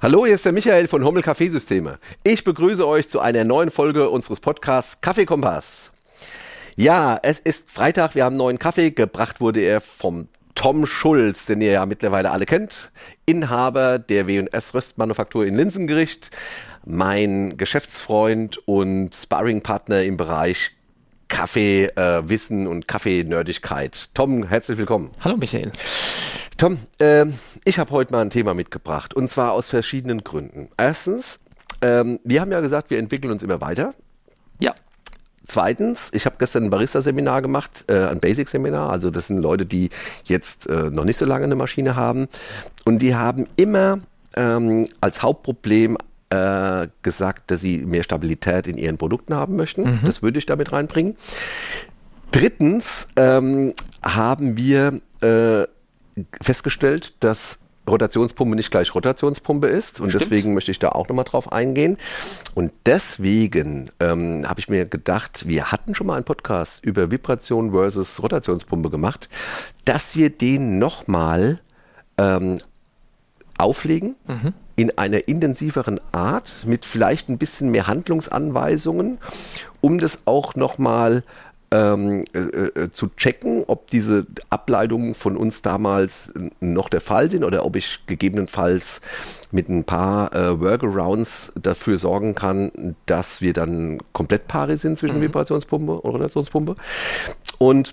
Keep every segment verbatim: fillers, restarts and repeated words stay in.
Hallo, hier ist der Michael von Hommel Kaffeesysteme. Ich begrüße euch zu einer neuen Folge unseres Podcasts Kaffeekompass. Ja, es ist Freitag, wir haben neuen Kaffee. Gebracht wurde er vom Tom Schulz, den ihr ja mittlerweile alle kennt. Inhaber der W und S Röstmanufaktur in Linsengericht. Mein Geschäftsfreund und Sparringpartner im Bereich Kaffeewissen äh, und Kaffee-Nerdigkeit. Tom, herzlich willkommen. Hallo Michael. Tom, äh, ich habe heute mal ein Thema mitgebracht und zwar aus verschiedenen Gründen. Erstens, ähm, wir haben ja gesagt, wir entwickeln uns immer weiter. Ja. Zweitens, ich habe gestern ein Barista-Seminar gemacht, äh, ein Basic-Seminar, also das sind Leute, die jetzt äh, noch nicht so lange eine Maschine haben und die haben immer ähm, als Hauptproblem äh, gesagt, dass sie mehr Stabilität in ihren Produkten haben möchten. Mhm. Das würde ich damit reinbringen. Drittens ähm, haben wir äh, festgestellt, dass Rotationspumpe nicht gleich Rotationspumpe ist und Stimmt. deswegen möchte ich da auch nochmal drauf eingehen. Und deswegen ähm, habe ich mir gedacht, wir hatten schon mal einen Podcast über Vibration versus Rotationspumpe gemacht, dass wir den nochmal ähm, auflegen mhm. in einer intensiveren Art mit vielleicht ein bisschen mehr Handlungsanweisungen, um das auch nochmal Ähm, äh, zu checken, ob diese Ableitungen von uns damals noch der Fall sind oder ob ich gegebenenfalls mit ein paar äh, Workarounds dafür sorgen kann, dass wir dann komplett pari sind zwischen mhm. Vibrationspumpe und Rotationspumpe. Und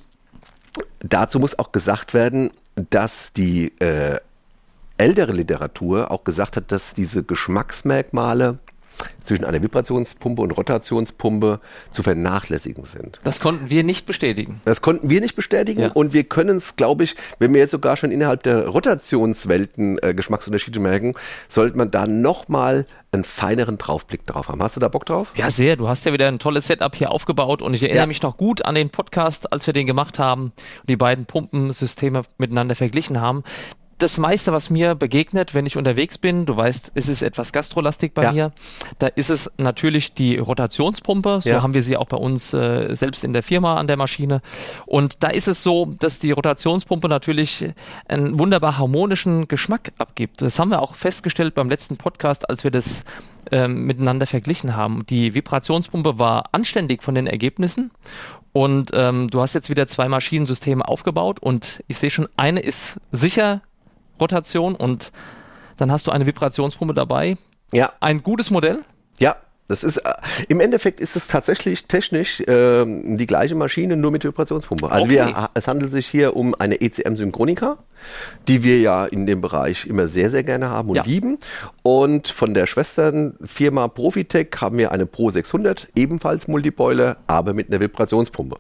dazu muss auch gesagt werden, dass die äh, ältere Literatur auch gesagt hat, dass diese Geschmacksmerkmale zwischen einer Vibrationspumpe und Rotationspumpe zu vernachlässigen sind. Das konnten wir nicht bestätigen. Das konnten wir nicht bestätigen ja. und wir können es, glaube ich, wenn wir jetzt sogar schon innerhalb der Rotationswelten äh, Geschmacksunterschiede merken, sollte man da nochmal einen feineren Draufblick drauf haben. Hast du da Bock drauf? Ja, sehr. Du hast ja wieder ein tolles Setup hier aufgebaut und ich erinnere ja. mich noch gut an den Podcast, als wir den gemacht haben und die beiden Pumpensysteme miteinander verglichen haben. Das meiste, was mir begegnet, wenn ich unterwegs bin, du weißt, es ist etwas gastrolastig bei ja. mir, da ist es natürlich die Rotationspumpe, so ja. haben wir sie auch bei uns äh, selbst in der Firma an der Maschine und da ist es so, dass die Rotationspumpe natürlich einen wunderbar harmonischen Geschmack abgibt. Das haben wir auch festgestellt beim letzten Podcast, als wir das ähm, miteinander verglichen haben. Die Vibrationspumpe war anständig von den Ergebnissen. Und ähm, du hast jetzt wieder zwei Maschinensysteme aufgebaut und ich sehe schon, eine ist sicher Rotation und dann hast du eine Vibrationspumpe dabei. Ja. Ein gutes Modell? Ja, das ist, äh, im Endeffekt ist es tatsächlich technisch äh, die gleiche Maschine, nur mit Vibrationspumpe. Also okay. wir, es handelt sich hier um eine E C M Synchronica, die wir ja in dem Bereich immer sehr, sehr gerne haben und ja. lieben. Und von der Schwesternfirma Profitec haben wir eine Pro sechshundert, ebenfalls Multiboiler, aber mit einer Vibrationspumpe.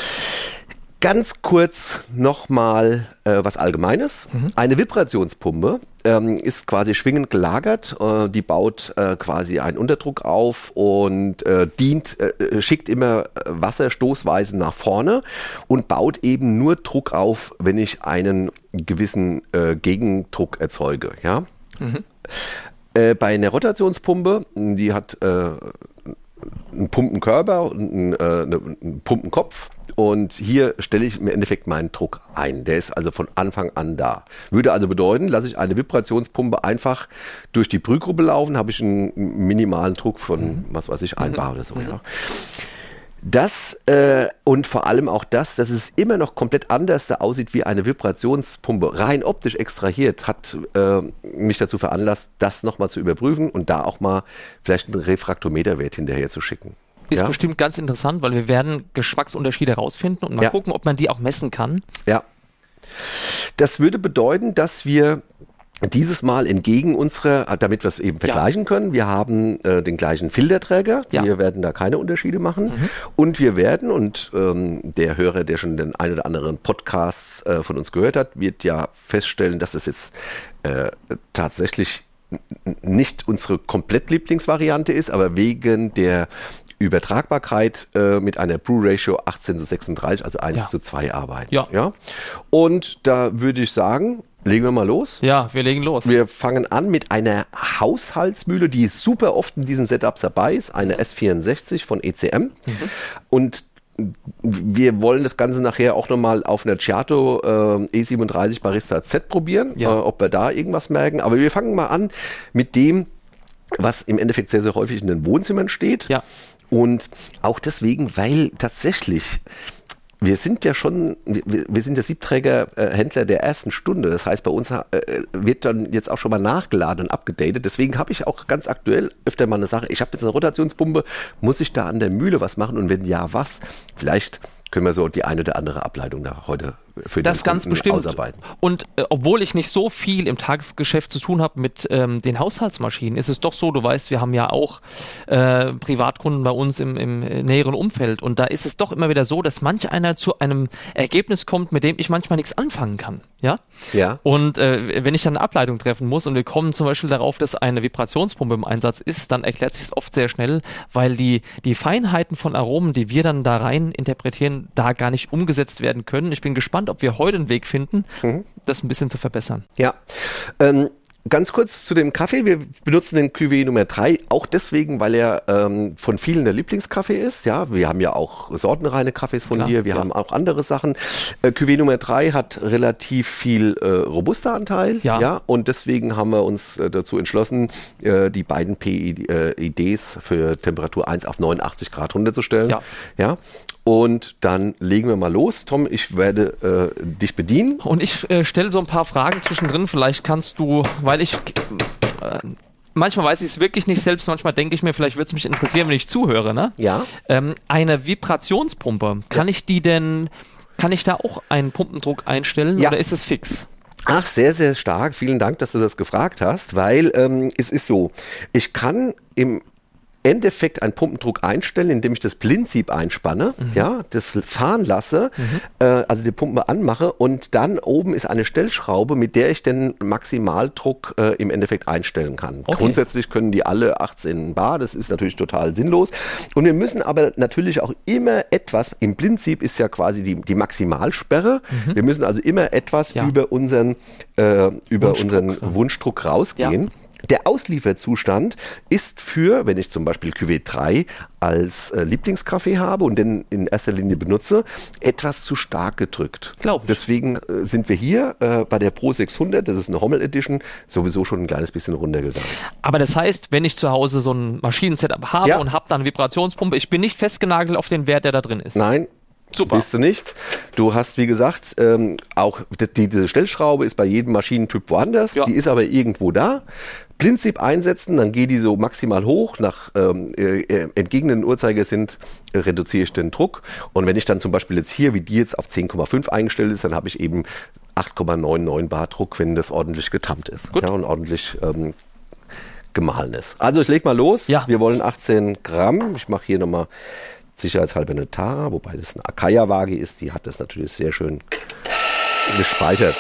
Ganz kurz nochmal äh, was Allgemeines. Mhm. Eine Vibrationspumpe ähm, ist quasi schwingend gelagert. Äh, die baut äh, quasi einen Unterdruck auf und äh, dient, äh, schickt immer Wasser stoßweise nach vorne und baut eben nur Druck auf, wenn ich einen gewissen äh, Gegendruck erzeuge. Ja? Mhm. Äh, bei einer Rotationspumpe, die hat äh, einen Pumpenkörper und einen, äh, einen Pumpenkopf. Und hier stelle ich im Endeffekt meinen Druck ein. Der ist also von Anfang an da. Würde also bedeuten, lasse ich eine Vibrationspumpe einfach durch die Brühgruppe laufen, habe ich einen minimalen Druck von, mhm. was weiß ich, ein Bar oder so. Mhm. Ja. Das äh, und vor allem auch das, dass es immer noch komplett anders da aussieht wie eine Vibrationspumpe, rein optisch extrahiert, hat äh, mich dazu veranlasst, das nochmal zu überprüfen und da auch mal vielleicht einen Refraktometerwert hinterher zu schicken. Ist ja? bestimmt ganz interessant, weil wir werden Geschmacksunterschiede herausfinden und mal ja. gucken, ob man die auch messen kann. Ja. Das würde bedeuten, dass wir dieses Mal entgegen unserer, damit wir es eben vergleichen ja. können, wir haben äh, den gleichen Filterträger, ja. wir werden da keine Unterschiede machen mhm. und wir werden, und ähm, der Hörer, der schon den ein oder anderen Podcast äh, von uns gehört hat, wird ja feststellen, dass das jetzt äh, tatsächlich nicht unsere komplett Lieblingsvariante ist, aber wegen der Übertragbarkeit äh, mit einer Brew-Ratio achtzehn zu sechsunddreißig, also eins ja. zu zwei arbeiten. Ja. Ja? Und da würde ich sagen, legen wir mal los. Ja, wir legen los. Wir fangen an mit einer Haushaltsmühle, die super oft in diesen Setups dabei ist, eine S vierundsechzig von E C M. Mhm. Und wir wollen das Ganze nachher auch nochmal auf einer Giotto äh, E siebenunddreißig Barista Z probieren, ja. äh, ob wir da irgendwas merken. Aber wir fangen mal an mit dem, was im Endeffekt sehr, sehr häufig in den Wohnzimmern steht. Ja. Und auch deswegen, weil tatsächlich, wir sind ja schon, wir, wir sind ja Siebträgerhändler der ersten Stunde. Das heißt, bei uns äh, wird dann jetzt auch schon mal nachgeladen und abgedatet. Deswegen habe ich auch ganz aktuell öfter mal eine Sache, ich habe jetzt eine Rotationspumpe, muss ich da an der Mühle was machen? Und wenn ja, was? Vielleicht können wir so die eine oder andere Ableitung da heute für das den ganz Kunden bestimmt ausarbeiten. Und äh, obwohl ich nicht so viel im Tagesgeschäft zu tun habe mit ähm, den Haushaltsmaschinen, ist es doch so, du weißt, wir haben ja auch äh, Privatkunden bei uns im, im näheren Umfeld und da ist es doch immer wieder so, dass manch einer zu einem Ergebnis kommt, mit dem ich manchmal nichts anfangen kann. Ja. Ja. Und äh, wenn ich dann eine Ableitung treffen muss und wir kommen zum Beispiel darauf, dass eine Vibrationspumpe im Einsatz ist, dann erklärt sich es oft sehr schnell, weil die, die Feinheiten von Aromen, die wir dann da rein interpretieren, da gar nicht umgesetzt werden können. Ich bin gespannt, ob wir heute einen Weg finden, mhm. das ein bisschen zu verbessern. Ja, ähm, ganz kurz zu dem Kaffee. Wir benutzen den Cuvée Nummer drei, auch deswegen, weil er ähm, von vielen der Lieblingskaffee ist. Ja, wir haben ja auch sortenreine Kaffees von Klar, dir, wir ja. haben auch andere Sachen. Äh, Cuvée Nummer drei hat relativ viel äh, Robusta-Anteil. Ja. ja. Und deswegen haben wir uns äh, dazu entschlossen, äh, die beiden P I Ds für Temperatur eins auf neunundachtzig Grad runterzustellen. Ja. ja. Und dann legen wir mal los. Tom, ich werde äh, dich bedienen. Und ich äh, stelle so ein paar Fragen zwischendrin. Vielleicht kannst du, weil ich, äh, manchmal weiß ich es wirklich nicht selbst, manchmal denke ich mir, vielleicht würde es mich interessieren, wenn ich zuhöre. Ne? Ja. Ähm, eine Vibrationspumpe, kann ja. ich die denn, kann ich da auch einen Pumpendruck einstellen ja. oder ist es fix? Ach, sehr, sehr stark. Vielen Dank, dass du das gefragt hast, weil ähm, es ist so, ich kann im Endeffekt einen Pumpendruck einstellen, indem ich das Blindsieb einspanne, mhm. ja, das fahren lasse, mhm. äh, also die Pumpe anmache und dann oben ist eine Stellschraube, mit der ich den Maximaldruck äh, im Endeffekt einstellen kann. Okay. Grundsätzlich können die alle achtzehn Bar, das ist natürlich total sinnlos. Und wir müssen aber natürlich auch immer etwas, im Blindsieb ist ja quasi die, die Maximalsperre, mhm. wir müssen also immer etwas ja. über unseren, äh, über Wunschdruck, unseren so. Wunschdruck rausgehen. Ja. Der Auslieferzustand ist für, wenn ich zum Beispiel Cuvée drei als äh, Lieblingskaffee habe und den in erster Linie benutze, etwas zu stark gedrückt. Glaube ich. Deswegen äh, sind wir hier äh, bei der Pro sechshundert, das ist eine Hommel Edition, sowieso schon ein kleines bisschen runtergegangen. Aber das heißt, wenn ich zu Hause so ein Maschinensetup habe ja. und habe dann eine Vibrationspumpe, ich bin nicht festgenagelt auf den Wert, der da drin ist. Nein. Super. Bist du nicht. Du hast, wie gesagt, ähm, auch die, diese Stellschraube ist bei jedem Maschinentyp woanders, ja. die ist aber irgendwo da. Blindsieb einsetzen, dann geht die so maximal hoch, nach ähm, äh, entgegenen Uhrzeigersinn äh, reduziere ich den Druck und wenn ich dann zum Beispiel jetzt hier, wie die jetzt auf zehn Komma fünf eingestellt ist, dann habe ich eben acht Komma neunundneunzig Bar Druck, wenn das ordentlich getammt ist ja, und ordentlich ähm, gemahlen ist. Also ich leg mal los, ja. wir wollen achtzehn Gramm, ich mache hier nochmal sicherheitshalber eine Tara, wobei das eine Acaia-Waage ist, die hat das natürlich sehr schön gespeichert.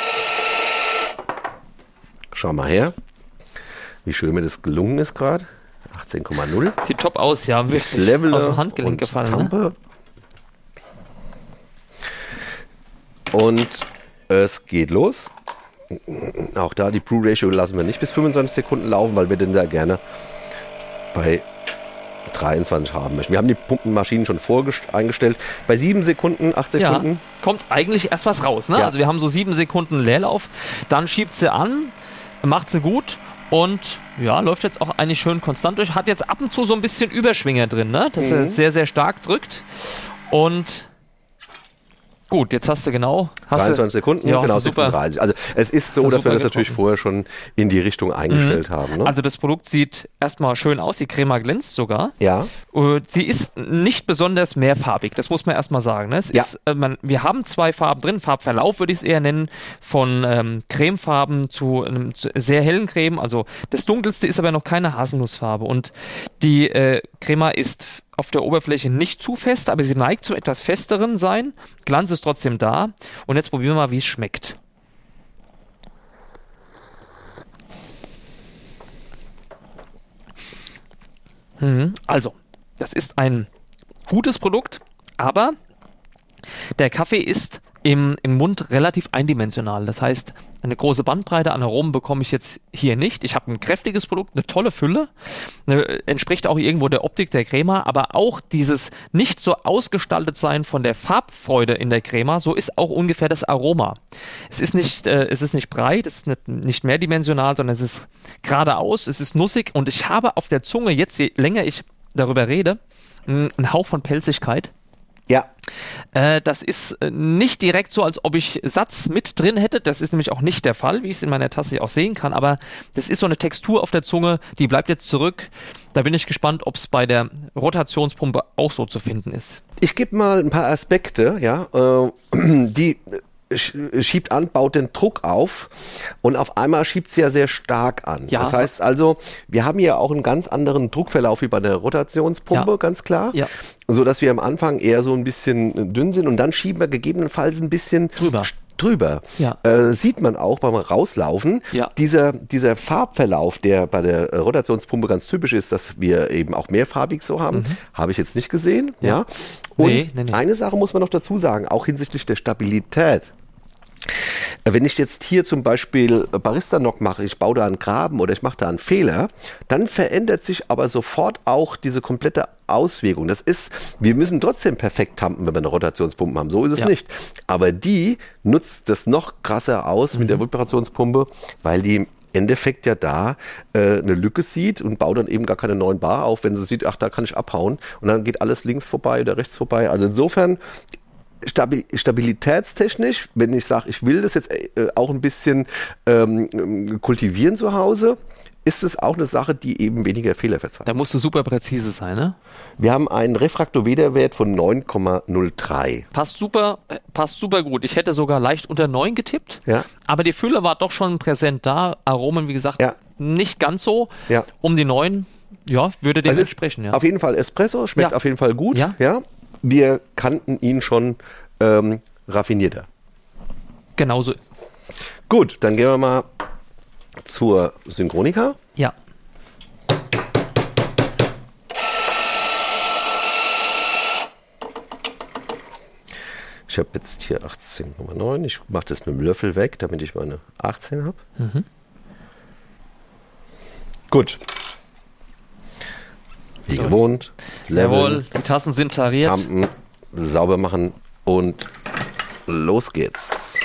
Schau mal her. Wie schön mir das gelungen ist gerade. achtzehn Komma null. Sieht top aus, ja. Wirklich Level aus dem Handgelenk gefallen. Tampe. Ne? Und es geht los. Auch da die Brew Ratio lassen wir nicht bis fünfundzwanzig Sekunden laufen, weil wir den da gerne bei dreiundzwanzig haben möchten. Wir haben die Pumpenmaschinen schon eingestellt. Bei sieben Sekunden, acht Sekunden. Ja, kommt eigentlich erst was raus. Ne? Ja. Also wir haben so sieben Sekunden Leerlauf. Dann schiebt sie an, macht sie gut. Und ja, läuft jetzt auch eigentlich schön konstant durch. Hat jetzt ab und zu so ein bisschen Überschwinger drin, ne? Dass mhm. er sehr, sehr stark drückt. Und gut, jetzt hast du genau... Hast dreiundzwanzig du, Sekunden, ja, genau sechsunddreißig. Also es ist so, das dass wir das getroffen. natürlich vorher schon in die Richtung eingestellt mhm. haben. Ne? Also das Produkt sieht erstmal schön aus, die Crema glänzt sogar. Ja. Sie ist nicht besonders mehrfarbig, das muss man erstmal sagen. Ne? Es ja. ist, äh, man, wir haben zwei Farben drin, Farbverlauf würde ich es eher nennen, von ähm, Cremefarben zu einem zu sehr hellen Creme. Also das dunkelste ist aber noch keine Haselnussfarbe. Und die äh, Crema ist auf der Oberfläche nicht zu fest, aber sie neigt zu etwas festeren sein. Glanz ist trotzdem da. Und jetzt probieren wir mal, wie es schmeckt. Mhm. Also, das ist ein gutes Produkt, aber der Kaffee ist im, im Mund relativ eindimensional. Das heißt, eine große Bandbreite an Aromen bekomme ich jetzt hier nicht. Ich habe ein kräftiges Produkt, eine tolle Fülle, eine, entspricht auch irgendwo der Optik der Crema, aber auch dieses nicht so ausgestaltet sein von der Farbfreude in der Crema, so ist auch ungefähr das Aroma. Es ist nicht, äh, es ist nicht breit, es ist nicht, nicht mehrdimensional, sondern es ist geradeaus, es ist nussig und ich habe auf der Zunge, jetzt je länger ich darüber rede, einen Hauch von Pelzigkeit. Ja. Äh, das ist nicht direkt so, als ob ich Satz mit drin hätte. Das ist nämlich auch nicht der Fall, wie ich es in meiner Tasse auch sehen kann. Aber das ist so eine Textur auf der Zunge, die bleibt jetzt zurück. Da bin ich gespannt, ob es bei der Rotationspumpe auch so zu finden ist. Ich gebe mal ein paar Aspekte, ja, äh, die schiebt an, baut den Druck auf und auf einmal schiebt sie ja sehr stark an. Ja. Das heißt also, wir haben hier auch einen ganz anderen Druckverlauf wie bei der Rotationspumpe, Ja. ganz klar. Ja. So dass wir am Anfang eher so ein bisschen dünn sind und dann schieben wir gegebenenfalls ein bisschen Drüber. drüber. Ja. Äh, sieht man auch beim Rauslaufen. Ja. Dieser, dieser Farbverlauf, der bei der äh, Rotationspumpe ganz typisch ist, dass wir eben auch mehrfarbig so haben, mhm. habe ich jetzt nicht gesehen. Ja. ja. Und nee, nee, nee. eine Sache muss man noch dazu sagen, auch hinsichtlich der Stabilität. Wenn ich jetzt hier zum Beispiel Barista-Knock mache, ich baue da einen Graben oder ich mache da einen Fehler, dann verändert sich aber sofort auch diese komplette Auswirkung. Das ist, wir müssen trotzdem perfekt tampen, wenn wir eine Rotationspumpe haben. So ist es ja. nicht. Aber die nutzt das noch krasser aus mhm. mit der Vibrationspumpe, weil die im Endeffekt ja da äh, eine Lücke sieht und baut dann eben gar keine neuen Bar auf, wenn sie sieht, ach, da kann ich abhauen und dann geht alles links vorbei oder rechts vorbei. Also insofern Stabil- stabilitätstechnisch, wenn ich sage, ich will das jetzt äh, auch ein bisschen ähm, kultivieren zu Hause, ist es auch eine Sache, die eben weniger Fehler verzeiht. Da musst du super präzise sein, ne? Wir haben einen Refraktometerwert von neun Komma null drei. Passt super, äh, passt super gut. Ich hätte sogar leicht unter neun getippt, ja. aber die Fülle war doch schon präsent da. Aromen, wie gesagt, ja. nicht ganz so. Ja. Um die neun, ja, würde dem also entsprechen. Ja. Auf jeden Fall Espresso, schmeckt ja. auf jeden Fall gut. Ja. Ja. Wir kannten ihn schon ähm, raffinierter. Genauso ist es. Gut, dann gehen wir mal zur Synchronica. Ja. Ich habe jetzt hier achtzehn Komma neun. Ich mache das mit dem Löffel weg, damit ich meine achtzehn habe. Mhm. Gut. Wie So. gewohnt. Jawohl, die Tassen sind tariert. Tampen, sauber machen und los geht's.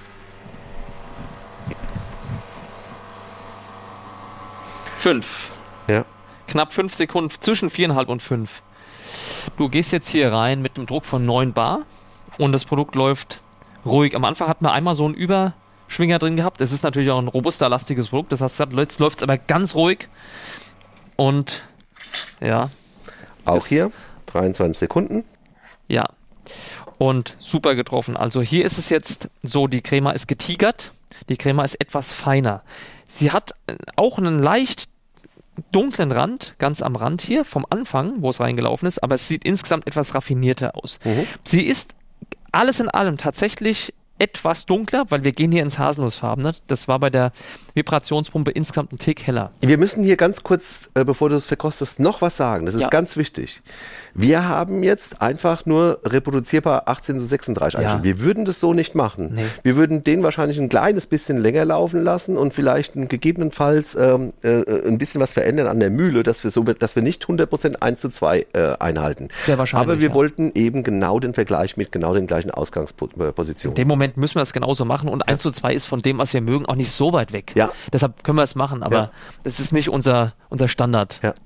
Fünf. Ja. Knapp fünf Sekunden, zwischen viereinhalb und fünf. Du gehst jetzt hier rein mit einem Druck von neun Bar und das Produkt läuft ruhig. Am Anfang hatten wir einmal so einen Überschwinger drin gehabt. Es ist natürlich auch ein robuster, lastiges Produkt. Das heißt, jetzt läuft es aber ganz ruhig. Und ja. Auch hier dreiundzwanzig Sekunden. Ja. Und super getroffen. Also hier ist es jetzt so, die Crema ist getigert. Die Crema ist etwas feiner. Sie hat auch einen leicht dunklen Rand, ganz am Rand hier, vom Anfang, wo es reingelaufen ist, aber es sieht insgesamt etwas raffinierter aus. Mhm. Sie ist alles in allem tatsächlich etwas dunkler, weil wir gehen hier ins Haselnussfarbene. Das war bei der Vibrationspumpe insgesamt ein Tick heller. Wir müssen hier ganz kurz, äh, bevor du es verkostest, noch was sagen. Das ist ja. ganz wichtig. Wir haben jetzt einfach nur reproduzierbar achtzehn zu sechsunddreißig Ja. eingestellt. Wir würden das so nicht machen. Nee. Wir würden den wahrscheinlich ein kleines bisschen länger laufen lassen und vielleicht ein, gegebenenfalls ähm, äh, ein bisschen was verändern an der Mühle, dass wir, so, dass wir nicht hundert Prozent eins zu zwei äh, einhalten. Sehr wahrscheinlich. Aber wir ja. wollten eben genau den Vergleich mit genau den gleichen Ausgangspositionen. In dem Moment müssen wir es genauso machen und eins zu zwei ist von dem, was wir mögen, auch nicht so weit weg. Ja. Deshalb können wir es machen, aber Ja. das ist nicht unser, unser Standard. Ja.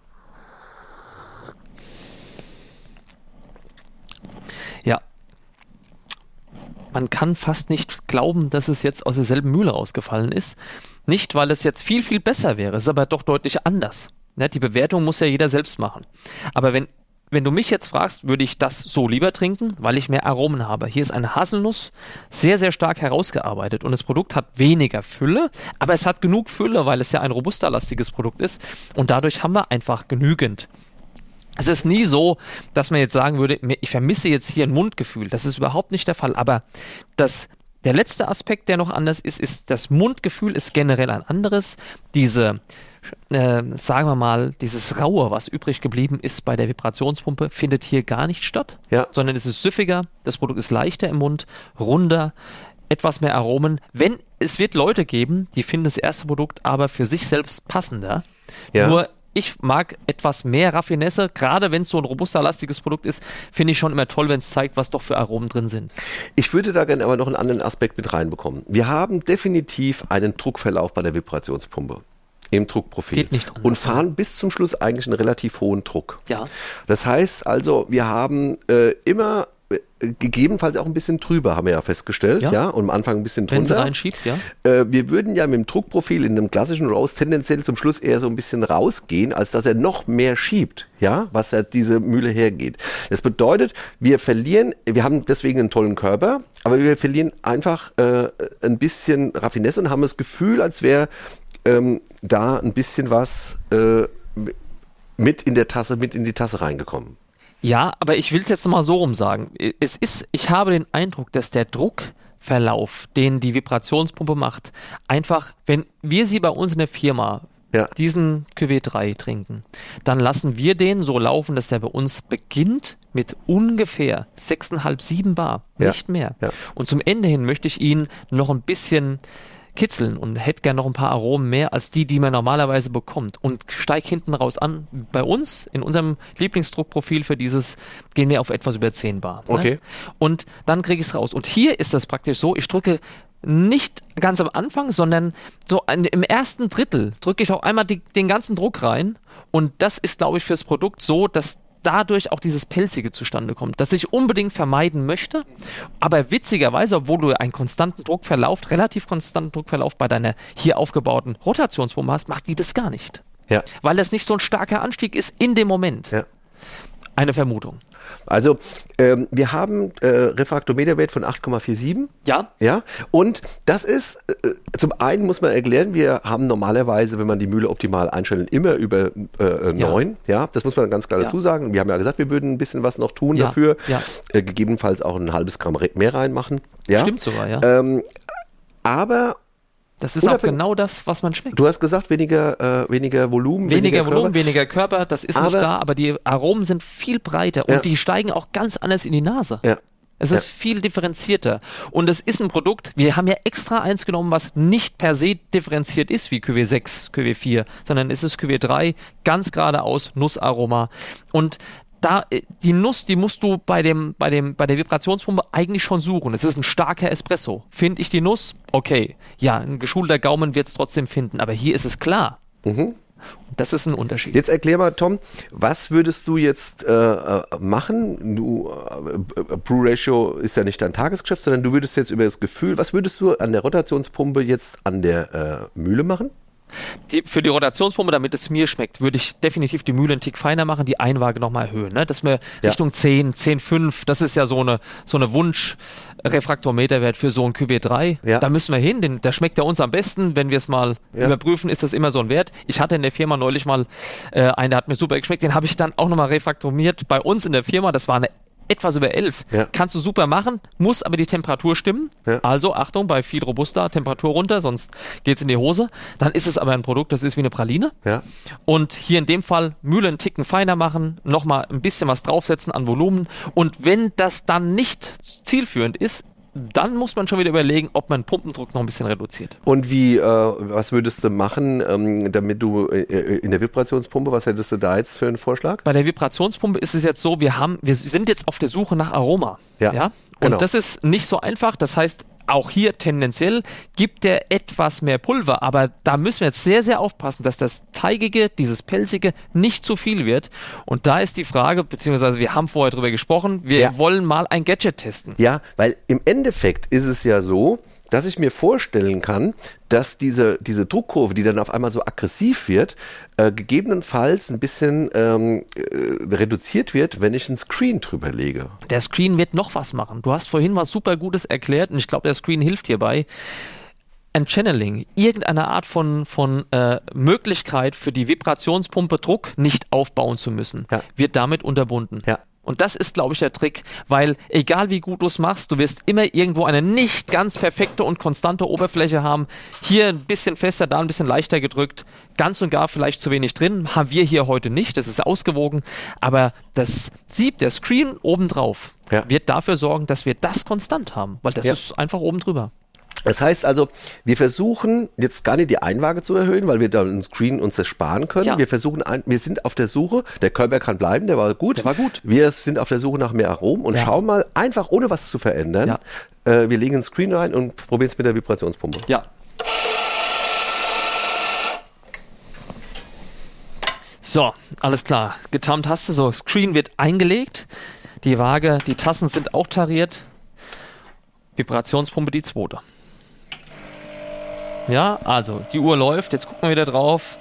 Ja. Man kann fast nicht glauben, dass es jetzt aus derselben Mühle rausgefallen ist. Nicht, weil es jetzt viel, viel besser wäre, es ist aber doch deutlich anders. Ne? Die Bewertung muss ja jeder selbst machen. Aber wenn Wenn du mich jetzt fragst, würde ich das so lieber trinken, weil ich mehr Aromen habe. Hier ist eine Haselnuss sehr, sehr stark herausgearbeitet und das Produkt hat weniger Fülle, aber es hat genug Fülle, weil es ja ein robusterlastiges Produkt ist und dadurch haben wir einfach genügend. Es ist nie so, dass man jetzt sagen würde, ich vermisse jetzt hier ein Mundgefühl. Das ist überhaupt nicht der Fall, aber das Der letzte Aspekt, der noch anders ist, ist, das Mundgefühl ist generell ein anderes. Diese äh, sagen wir mal, dieses Raue, was übrig geblieben ist bei der Vibrationspumpe, findet hier gar nicht statt, ja. sondern es ist süffiger, das Produkt ist leichter im Mund, runder, etwas mehr Aromen. Wenn, es wird Leute geben, die finden das erste Produkt aber für sich selbst passender. Ja. Nur ich mag etwas mehr Raffinesse, gerade wenn es so ein robusta-lastiges Produkt ist, finde ich schon immer toll, wenn es zeigt, was doch für Aromen drin sind. Ich würde da gerne aber noch einen anderen Aspekt mit reinbekommen. Wir haben definitiv einen Druckverlauf bei der Vibrationspumpe im Druckprofil. Geht nicht anders, und fahren ja. bis zum Schluss eigentlich einen relativ hohen Druck. Ja. Das heißt also, wir haben äh, immer gegebenenfalls auch ein bisschen drüber, haben wir ja festgestellt, ja, ja? Und am Anfang ein bisschen drunter. Wenn sie reinschiebt, ja. Äh, wir würden ja mit dem Druckprofil in einem klassischen Roast tendenziell zum Schluss eher so ein bisschen rausgehen, als dass er noch mehr schiebt, ja, was ja diese Mühle hergeht. Das bedeutet, wir verlieren, wir haben deswegen einen tollen Körper, aber wir verlieren einfach äh, ein bisschen Raffinesse und haben das Gefühl, als wäre ähm, da ein bisschen was äh, mit in der Tasse, mit in die Tasse reingekommen. Ja, aber ich will es jetzt mal so rum sagen. Es ist, ich habe den Eindruck, dass der Druckverlauf, den die Vibrationspumpe macht, einfach, wenn wir sie bei uns in der Firma ja. diesen Q W drei trinken, dann lassen wir den so laufen, dass der bei uns beginnt mit ungefähr sechs Komma fünf, sieben Bar, ja. nicht mehr. Ja. Und zum Ende hin möchte ich ihn noch ein bisschen kitzeln und hätte gern noch ein paar Aromen mehr als die, die man normalerweise bekommt und steig hinten raus an. Bei uns, in unserem Lieblingsdruckprofil für dieses, gehen wir auf etwas über zehn Bar. Ne? Okay. Und dann kriege ich es raus. Und hier ist das praktisch so, ich drücke nicht ganz am Anfang, sondern so ein, im ersten Drittel drücke ich auch einmal die, den ganzen Druck rein und das ist, glaube ich, fürs Produkt so, dass dadurch auch dieses Pelzige zustande kommt, das ich unbedingt vermeiden möchte, aber witzigerweise, obwohl du einen konstanten Druckverlauf, relativ konstanten Druckverlauf bei deiner hier aufgebauten Rotationspumpe hast, macht die das gar nicht. Ja. Weil das nicht so ein starker Anstieg ist in dem Moment. Ja. Eine Vermutung. Also ähm, wir haben äh, Refraktometerwert von acht Komma siebenundvierzig. Ja. Ja. Und das ist, äh, zum einen muss man erklären, wir haben normalerweise, wenn man die Mühle optimal einstellen, immer über äh, neun. Ja. ja. Das muss man ganz klar ja. dazu sagen. Wir haben ja gesagt, wir würden ein bisschen was noch tun ja. dafür. Ja. Äh, gegebenenfalls auch ein halbes Gramm mehr reinmachen. Ja. Stimmt sogar, ja. Ähm, aber das ist auch genau das, was man schmeckt. Du hast gesagt, weniger, äh, weniger Volumen. Weniger, weniger Volumen, Körper. weniger Körper, das ist aber, nicht da, aber die Aromen sind viel breiter und ja. die steigen auch ganz anders in die Nase. Ja. Es ist ja. viel differenzierter. Und es ist ein Produkt, wir haben ja extra eins genommen, was nicht per se differenziert ist, wie Q W sechs, Q W vier, sondern es ist Q W drei, ganz geradeaus, Nussaroma. Und da, die Nuss, die musst du bei dem, bei dem, bei der Vibrationspumpe eigentlich schon suchen. Es ist ein starker Espresso. Finde ich die Nuss? Okay. Ja, ein geschulter Gaumen wird es trotzdem finden. Aber hier ist es klar. Mhm. Das ist ein Unterschied. Jetzt erklär mal, Tom, was würdest du jetzt äh, machen? Du, äh, Brew Ratio ist ja nicht dein Tagesgeschäft, sondern du würdest jetzt über das Gefühl, was würdest du an der Rotationspumpe jetzt an der äh, Mühle machen? Die, für die Rotationspumpe, damit es mir schmeckt, würde ich definitiv die Mühle einen Tick feiner machen, die Einwaage nochmal erhöhen, ne? Dass wir ja. Richtung zehn, zehn Komma fünf, das ist ja so eine, so eine Wunsch-Refraktometerwert für so ein Q W drei. Ja. Da müssen wir hin, den, der schmeckt ja uns am besten, wenn wir es mal ja. überprüfen, ist das immer so ein Wert. Ich hatte in der Firma neulich mal äh, einen, der hat mir super geschmeckt, den habe ich dann auch nochmal refraktomiert bei uns in der Firma, das war eine etwas über elf. Ja. Kannst du super machen, muss aber die Temperatur stimmen. Ja. Also Achtung, bei viel Robusta, Temperatur runter, sonst geht's in die Hose. Dann ist es aber ein Produkt, das ist wie eine Praline. Ja. Und hier in dem Fall Mühle einen Ticken feiner machen, nochmal ein bisschen was draufsetzen an Volumen. Und wenn das dann nicht zielführend ist, dann muss man schon wieder überlegen, ob man Pumpendruck noch ein bisschen reduziert. Und wie, äh, was würdest du machen, ähm, damit du äh, in der Vibrationspumpe, was hättest du da jetzt für einen Vorschlag? Bei der Vibrationspumpe ist es jetzt so, wir haben, wir sind jetzt auf der Suche nach Aroma. Ja, ja? Und genau. das ist nicht so einfach. Das heißt, auch hier tendenziell gibt der etwas mehr Pulver, aber da müssen wir jetzt sehr, sehr aufpassen, dass das Teigige, dieses Pelzige nicht zu viel wird. Und da ist die Frage, beziehungsweise wir haben vorher drüber gesprochen, wir ja. wollen mal ein Gadget testen. Ja, weil im Endeffekt ist es ja so, dass ich mir vorstellen kann, dass diese, diese Druckkurve, die dann auf einmal so aggressiv wird, äh, gegebenenfalls ein bisschen ähm, äh, reduziert wird, wenn ich einen Screen drüber lege. Der Screen wird noch was machen. Du hast vorhin was super Gutes erklärt und ich glaube, der Screen hilft hierbei. Ein Channeling, irgendeine Art von, von äh, Möglichkeit für die Vibrationspumpe Druck nicht aufbauen zu müssen, ja. wird damit unterbunden. Ja. Und das ist, glaube ich, der Trick, weil egal wie gut du es machst, du wirst immer irgendwo eine nicht ganz perfekte und konstante Oberfläche haben. Hier ein bisschen fester, da ein bisschen leichter gedrückt. Ganz und gar vielleicht zu wenig drin. Haben wir hier heute nicht, das ist ausgewogen. Aber das Sieb, der Screen obendrauf, ja. wird dafür sorgen, dass wir das konstant haben. Weil das ja. ist einfach oben drüber. Das heißt also, wir versuchen jetzt gar nicht die Einwaage zu erhöhen, weil wir da im Screen uns das sparen können. Ja. Wir versuchen, ein, wir sind auf der Suche, der Körper kann bleiben, der war gut. Der war gut. Wir sind auf der Suche nach mehr Aromen und ja. schauen mal einfach, ohne was zu verändern. Ja. Äh, wir legen den Screen rein und probieren es mit der Vibrationspumpe. Ja. So, alles klar. Getimed hast du so. Screen wird eingelegt. Die Waage, die Tassen sind auch tariert. Vibrationspumpe die zweite. Ja, also die Uhr läuft, jetzt gucken wir wieder drauf.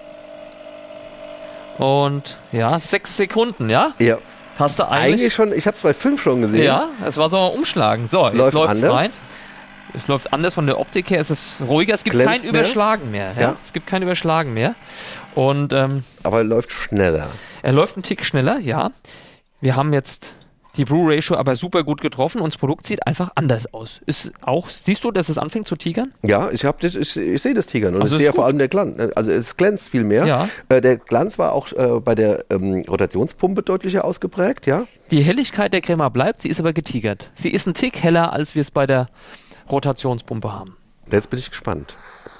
Und ja, sechs Sekunden, ja? Ja. Hast du eigentlich, eigentlich schon, ich habe es bei fünf schon gesehen. Ja, es war so ein Umschlagen. So, jetzt läuft es rein. Es läuft anders von der Optik her, es ist ruhiger, es gibt Glänzt kein mehr. Überschlagen mehr. Ja? Ja. Es gibt kein Überschlagen mehr. Und, ähm, aber er läuft schneller. Er läuft einen Tick schneller, ja. Wir haben jetzt die Brew-Ratio aber super gut getroffen und das Produkt sieht einfach anders aus. Ist auch, siehst du, dass es anfängt zu tigern? Ja, ich, hab das, ich, ich sehe das Tigern und also ich sehe ja vor allem der Glanz. Also es glänzt viel mehr. Ja. Äh, der Glanz war auch äh, bei der ähm, Rotationspumpe deutlicher ausgeprägt, ja. Die Helligkeit der Crema bleibt, sie ist aber getigert. Sie ist ein Tick heller, als wir es bei der Rotationspumpe haben. Jetzt bin ich gespannt.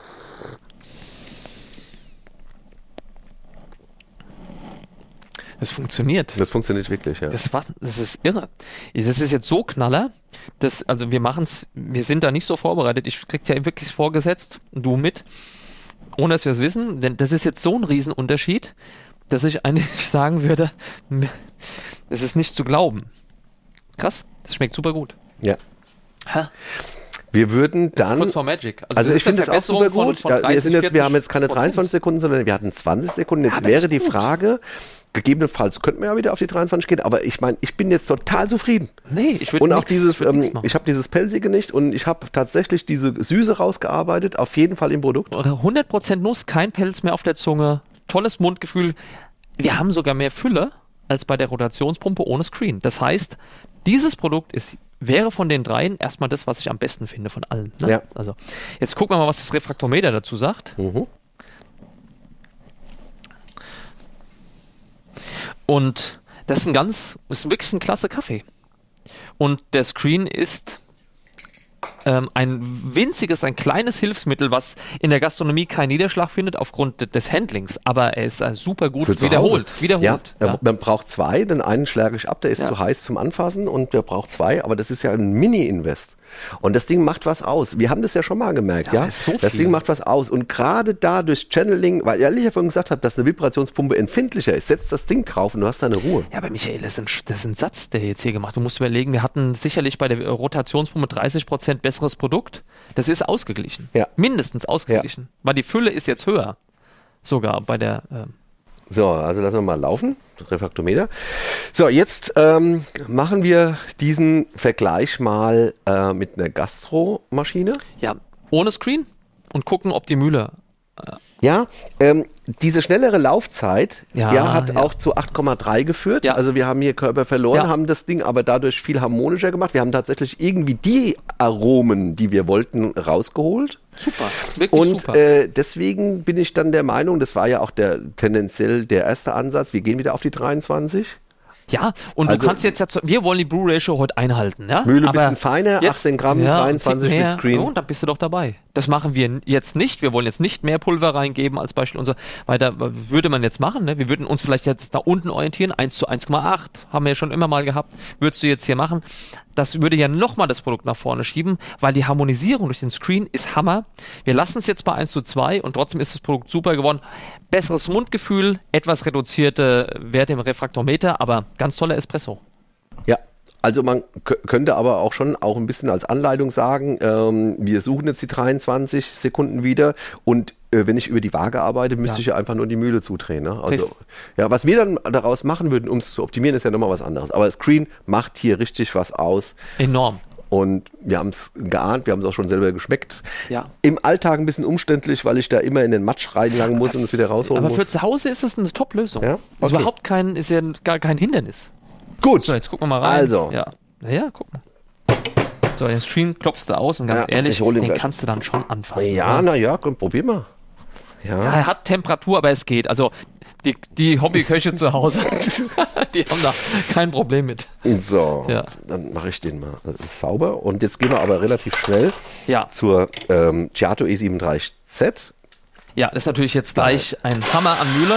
Das funktioniert. Das funktioniert wirklich, ja. Das, war, das ist irre. Das ist jetzt so Knaller, dass, also wir machen es, wir sind da nicht so vorbereitet. Ich krieg ja wirklich vorgesetzt, du mit, ohne dass wir es wissen, denn das ist jetzt so ein Riesenunterschied, dass ich eigentlich sagen würde, es ist nicht zu glauben. Krass, das schmeckt super gut. Ja. Ha? Wir würden dann. Das ist kurz vor Magic. Also, also ich finde es auch super gut. Von, von ja, wir, sind jetzt, wir haben jetzt keine dreiundzwanzig Sekunden, sondern wir hatten zwanzig Sekunden. Jetzt ja, wäre die gut. Frage, gegebenenfalls könnten wir ja wieder auf die dreiundzwanzig gehen, aber ich meine, ich bin jetzt total zufrieden. Nee, ich würde Und auch nix, dieses, ich, ähm, ich habe dieses Pelzige nicht und ich habe tatsächlich diese Süße rausgearbeitet, auf jeden Fall im Produkt. hundert Prozent Nuss, kein Pelz mehr auf der Zunge, tolles Mundgefühl. Wir haben sogar mehr Fülle als bei der Rotationspumpe ohne Screen. Das heißt, dieses Produkt ist, wäre von den dreien erstmal das, was ich am besten finde von allen. Ne? Ja. Also, jetzt gucken wir mal, was das Refraktometer dazu sagt. Mhm. Und das ist ein ganz, ist wirklich ein klasse Kaffee. Und der Screen ist ähm, ein winziges, ein kleines Hilfsmittel, was in der Gastronomie keinen Niederschlag findet aufgrund des Handlings, aber er ist äh, super gut wiederholt. wiederholt ja, ja. Man braucht zwei, den einen schlage ich ab, der ist ja. zu heiß zum Anfassen und der braucht zwei, aber das ist ja ein Mini-Invest. Und das Ding macht was aus. Wir haben das ja schon mal gemerkt, ja. ja? So das Ding macht was aus. Und gerade da durch Channeling, weil ehrlich ja vorhin gesagt habe, dass eine Vibrationspumpe empfindlicher ist, setzt das Ding drauf und du hast deine Ruhe. Ja, aber Michael, das ist, ein, das ist ein Satz, der jetzt hier gemacht. Du musst überlegen, wir hatten sicherlich bei der Rotationspumpe dreißig Prozent besseres Produkt. Das ist ausgeglichen. Ja. Mindestens ausgeglichen. Ja. Weil die Fülle ist jetzt höher. Sogar bei der... Ähm So, also lassen wir mal laufen, Refraktometer. So, jetzt ähm, machen wir diesen Vergleich mal äh, mit einer Gastromaschine. Ja, ohne Screen und gucken, ob die Mühle... Äh ja, ähm, diese schnellere Laufzeit ja, ja, hat ja. auch zu acht Komma drei geführt. Ja. Also wir haben hier Körper verloren, ja. haben das Ding aber dadurch viel harmonischer gemacht. Wir haben tatsächlich irgendwie die Aromen, die wir wollten, rausgeholt. Super, wirklich und, super. Und äh, deswegen bin ich dann der Meinung, das war ja auch der tendenziell der erste Ansatz, wir gehen wieder auf die dreiundzwanzig. Ja, und also, du kannst jetzt ja, zu, wir wollen die Brew-Ratio heute einhalten, ja? Mühle ein bisschen feiner, jetzt, achtzehn Gramm, ja, dreiundzwanzig mehr, mit Screen. Oh, und dann bist du doch dabei. Das machen wir jetzt nicht. Wir wollen jetzt nicht mehr Pulver reingeben als Beispiel unser, weil da würde man jetzt machen, ne? Wir würden uns vielleicht jetzt da unten orientieren, eins zu eins Komma acht, haben wir ja schon immer mal gehabt, würdest du jetzt hier machen. Das würde ja nochmal das Produkt nach vorne schieben, weil die Harmonisierung durch den Screen ist Hammer. Wir lassen es jetzt bei eins zu zwei und trotzdem ist das Produkt super geworden. Besseres Mundgefühl, etwas reduzierte Werte im Refraktometer, aber ganz toller Espresso. Ja, also man k- könnte aber auch schon auch ein bisschen als Anleitung sagen, ähm, wir suchen jetzt die dreiundzwanzig Sekunden wieder und äh, wenn ich über die Waage arbeite, müsste ja. ich ja einfach nur die Mühle zudrehen. Ne? Also, ja, was wir dann daraus machen würden, um es zu optimieren, ist ja nochmal was anderes. Aber Screen macht hier richtig was aus. Enorm. Und wir haben es geahnt, wir haben es auch schon selber geschmeckt. Ja. Im Alltag ein bisschen umständlich, weil ich da immer in den Matsch reinlangen muss das, und es wieder rausholen aber muss. Aber für zu Hause ist es eine Top-Lösung. Ja? Okay. Ist überhaupt kein, ist ja gar kein Hindernis. Gut. So, jetzt gucken wir mal rein. Also. Ja, naja, guck mal. So, den Screen klopfst du aus und ganz Ja, ehrlich, den gleich. kannst kannst du dann schon anfassen. Ja, naja, probier mal. Ja. Ja, er hat Temperatur, aber es geht. Also die, die Hobbyköche zu Hause, die haben da kein Problem mit. So, ja. Dann mache ich den mal sauber. Und jetzt gehen wir aber relativ schnell ja. zur ähm, Giato E siebenunddreißig Z. Ja, das ist natürlich jetzt gleich ein Hammer an Mühle.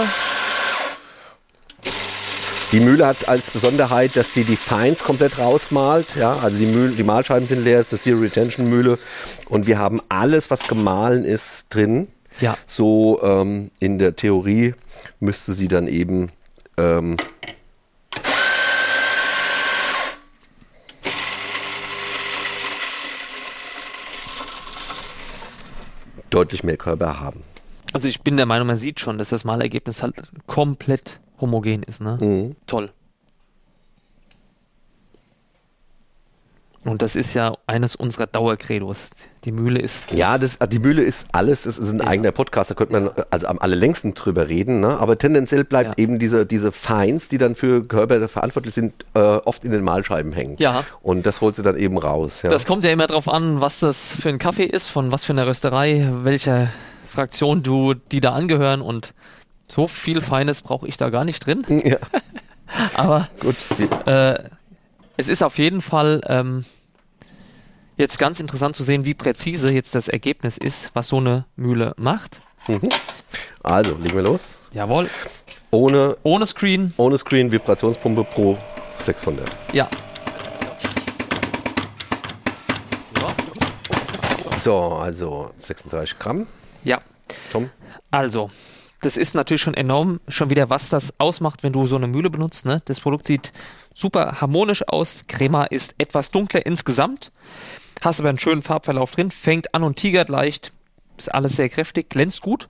Die Mühle hat als Besonderheit, dass die die Fines komplett rausmalt. Ja, also die, Mühle, die Mahlscheiben sind leer, es ist eine Zero Retention Mühle. Und wir haben alles, was gemahlen ist, drin. Ja. So ähm, in der Theorie müsste sie dann eben ähm, deutlich mehr Körper haben. Also ich bin der Meinung, man sieht schon, dass das Malergebnis halt komplett homogen ist. Ne? Mhm. Toll. Und das ist ja eines unserer Dauercredos. Die Mühle ist... Ja, das, die Mühle ist alles, es ist ein ja. eigener Podcast, da könnte man also am allerlängsten drüber reden, ne? Aber tendenziell bleibt ja. eben diese, diese Fines, die dann für Körper verantwortlich sind, äh, oft in den Mahlscheiben hängen. Ja. Und das holt sie dann eben raus. Ja. Das kommt ja immer drauf an, was das für ein Kaffee ist, von was für einer Rösterei, welcher Fraktion du die da angehören, und so viel Feines brauche ich da gar nicht drin. Ja. Aber gut. Äh, es ist auf jeden Fall ähm, jetzt ganz interessant zu sehen, wie präzise jetzt das Ergebnis ist, was so eine Mühle macht. Mhm. Also, legen wir los. Jawohl. Ohne, ohne Screen. Ohne Screen, Vibrationspumpe Pro sechshundert. Ja. So, also sechsunddreißig Gramm. Ja. Tom? Also, das ist natürlich schon enorm, schon wieder, was das ausmacht, wenn du so eine Mühle benutzt. Ne? Das Produkt sieht super harmonisch aus. Crema ist etwas dunkler insgesamt. Hast aber einen schönen Farbverlauf drin. Fängt an und tigert leicht. Ist alles sehr kräftig, glänzt gut.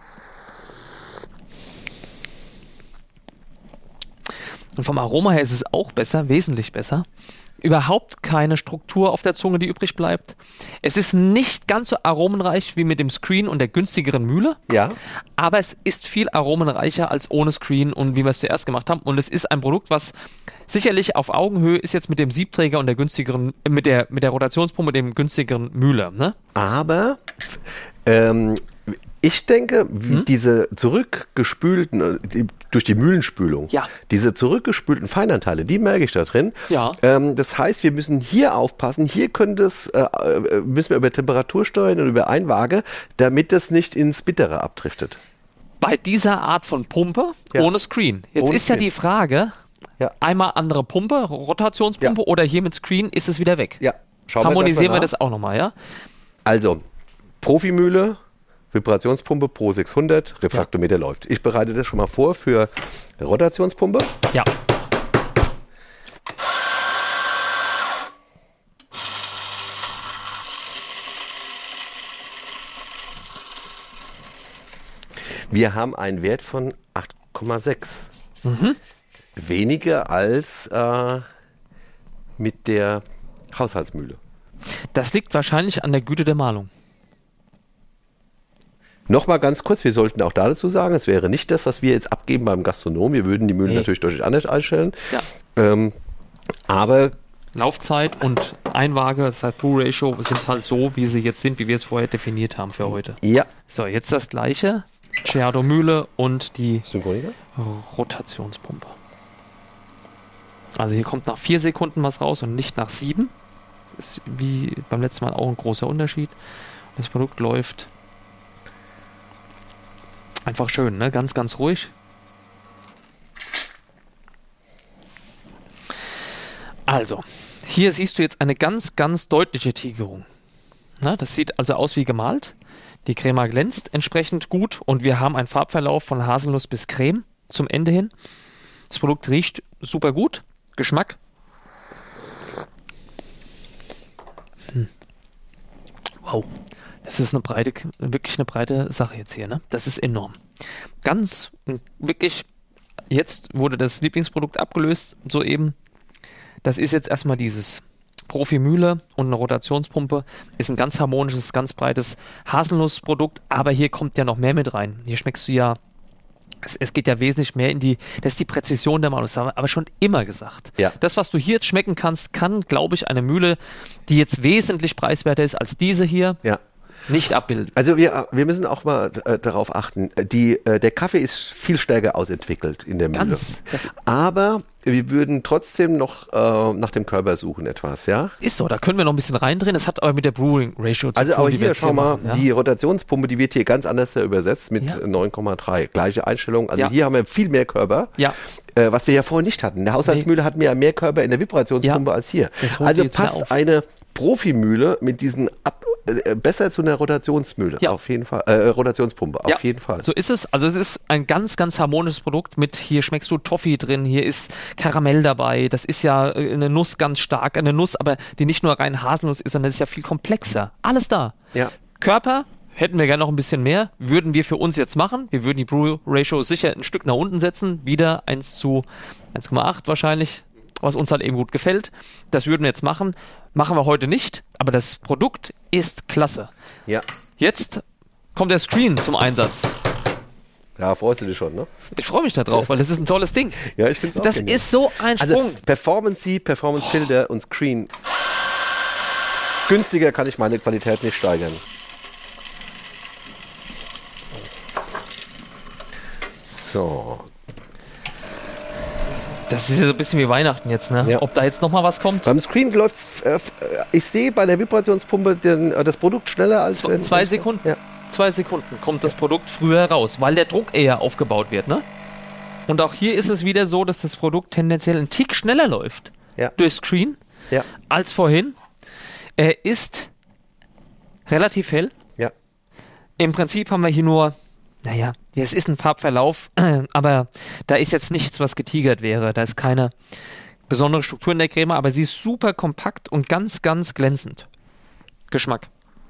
Und vom Aroma her ist es auch besser, wesentlich besser. Überhaupt keine Struktur auf der Zunge, die übrig bleibt. Es ist nicht ganz so aromenreich wie mit dem Screen und der günstigeren Mühle. Ja. Aber es ist viel aromenreicher als ohne Screen und wie wir es zuerst gemacht haben. Und es ist ein Produkt, was sicherlich auf Augenhöhe ist jetzt mit dem Siebträger und der günstigeren, mit der, mit der Rotationspumpe, dem günstigeren Mühle. Ne? Aber ähm, ich denke, wie hm? diese zurückgespülten, die, durch die Mühlenspülung, ja. diese zurückgespülten Feinanteile, die merke ich da drin. Ja. Ähm, das heißt, wir müssen hier aufpassen, hier könnte es, äh, müssen wir über Temperatur steuern und über Einwaage, damit das nicht ins Bittere abdriftet. Bei dieser Art von Pumpe ja. ohne Screen. Jetzt ohne ist ja Screen. die Frage, ja. einmal andere Pumpe, Rotationspumpe ja. oder hier mit Screen, ist es wieder weg. Ja. Schauen Harmonisieren wir, wir das auch nochmal, ja? Also, Profimühle, Vibrationspumpe Pro sechshundert, Refraktometer ja. läuft. Ich bereite das schon mal vor für Rotationspumpe. Ja. Wir haben einen Wert von acht Komma sechs. Mhm. Weniger als äh, mit der Haushaltsmühle. Das liegt wahrscheinlich an der Güte der Mahlung. Nochmal ganz kurz, wir sollten auch da dazu sagen, es wäre nicht das, was wir jetzt abgeben beim Gastronom. Wir würden die Mühlen nee. natürlich deutlich anders einstellen. Ja. Ähm, aber Laufzeit und Einwaage, das heißt True Ratio, sind halt so, wie sie jetzt sind, wie wir es vorher definiert haben für heute. Ja. So, jetzt das gleiche. Giato Mühle und die Synchronika? Rotationspumpe. Also hier kommt nach vier Sekunden was raus und nicht nach sieben. Ist wie beim letzten Mal auch ein großer Unterschied. Das Produkt läuft einfach schön, ne? Ganz, ganz ruhig. Also, hier siehst du jetzt eine ganz, ganz deutliche Tigerung. Na, das sieht also aus wie gemalt. Die Crema glänzt entsprechend gut und wir haben einen Farbverlauf von Haselnuss bis Creme zum Ende hin. Das Produkt riecht super gut. Geschmack. Hm. Wow. Das ist eine breite, wirklich eine breite Sache jetzt hier, ne? Das ist enorm. Ganz, wirklich, jetzt wurde das Lieblingsprodukt abgelöst, soeben. Das ist jetzt erstmal dieses Profimühle und eine Rotationspumpe. Ist ein ganz harmonisches, ganz breites Haselnussprodukt, aber hier kommt ja noch mehr mit rein. Hier schmeckst du ja Es, es geht ja wesentlich mehr in die, das ist die Präzision der Malung, das haben wir aber schon immer gesagt. Ja. Das, was du hier jetzt schmecken kannst, kann, glaube ich, eine Mühle, die jetzt wesentlich preiswerter ist als diese hier, ja. nicht abbilden. Also wir, wir müssen auch mal äh, darauf achten, die, äh, der Kaffee ist viel stärker ausentwickelt in der Mühle. Ganz. Aber wir würden trotzdem noch äh, nach dem Körper suchen etwas, ja? Ist so, da können wir noch ein bisschen reindrehen, das hat aber mit der Brewing Ratio zu also tun. Also auch hier, schau mal, machen, ja? die Rotationspumpe, die wird hier ganz anders da übersetzt mit ja. neun Komma drei. Gleiche Einstellung, also ja. hier haben wir viel mehr Körper, ja. äh, was wir ja vorher nicht hatten. In der Haushaltsmühle nee. hatten wir ja mehr Körper in der Vibrationspumpe ja. als hier. Also passt eine Profimühle mit diesen ab äh, besser zu einer Rotationsmühle, ja. auf jeden Fall, äh, Rotationspumpe, ja. auf jeden Fall. So ist es, also es ist ein ganz, ganz harmonisches Produkt mit, hier schmeckst du Toffee drin, hier ist Karamell dabei, das ist ja eine Nuss ganz stark, eine Nuss, aber die nicht nur rein Haselnuss ist, sondern das ist ja viel komplexer, alles da. Ja. Körper, hätten wir gerne noch ein bisschen mehr, würden wir für uns jetzt machen, wir würden die Brew Ratio sicher ein Stück nach unten setzen, wieder eins zu eins Komma acht wahrscheinlich, was uns halt eben gut gefällt. Das würden wir jetzt machen. Machen wir heute nicht, aber das Produkt ist klasse. Ja. Jetzt kommt der Screen zum Einsatz. Ja, freust du dich schon, ne? Ich freue mich da drauf, weil das ist ein tolles Ding. Ja, ich finde es auch Das genial. ist so ein Sprung. Also Performance, Performance Filter oh. und Screen. Günstiger kann ich meine Qualität nicht steigern. So. Das ist ja so ein bisschen wie Weihnachten jetzt, ne? Ja. Ob da jetzt nochmal was kommt? Beim Screen läuft äh, ich sehe bei der Vibrationspumpe den, äh, das Produkt schneller als... Z wenn, zwei Sekunden. Ja. Zwei Sekunden kommt das Produkt früher raus, weil der Druck eher aufgebaut wird, ne? Und auch hier ist es wieder so, dass das Produkt tendenziell einen Tick schneller läuft. Ja. Durch Screen. Ja. Als vorhin. Er ist relativ hell. Ja. Im Prinzip haben wir hier nur... Naja, es ist ein Farbverlauf, aber da ist jetzt nichts, was getigert wäre. Da ist keine besondere Struktur in der Creme, aber sie ist super kompakt und ganz, ganz glänzend. Geschmack.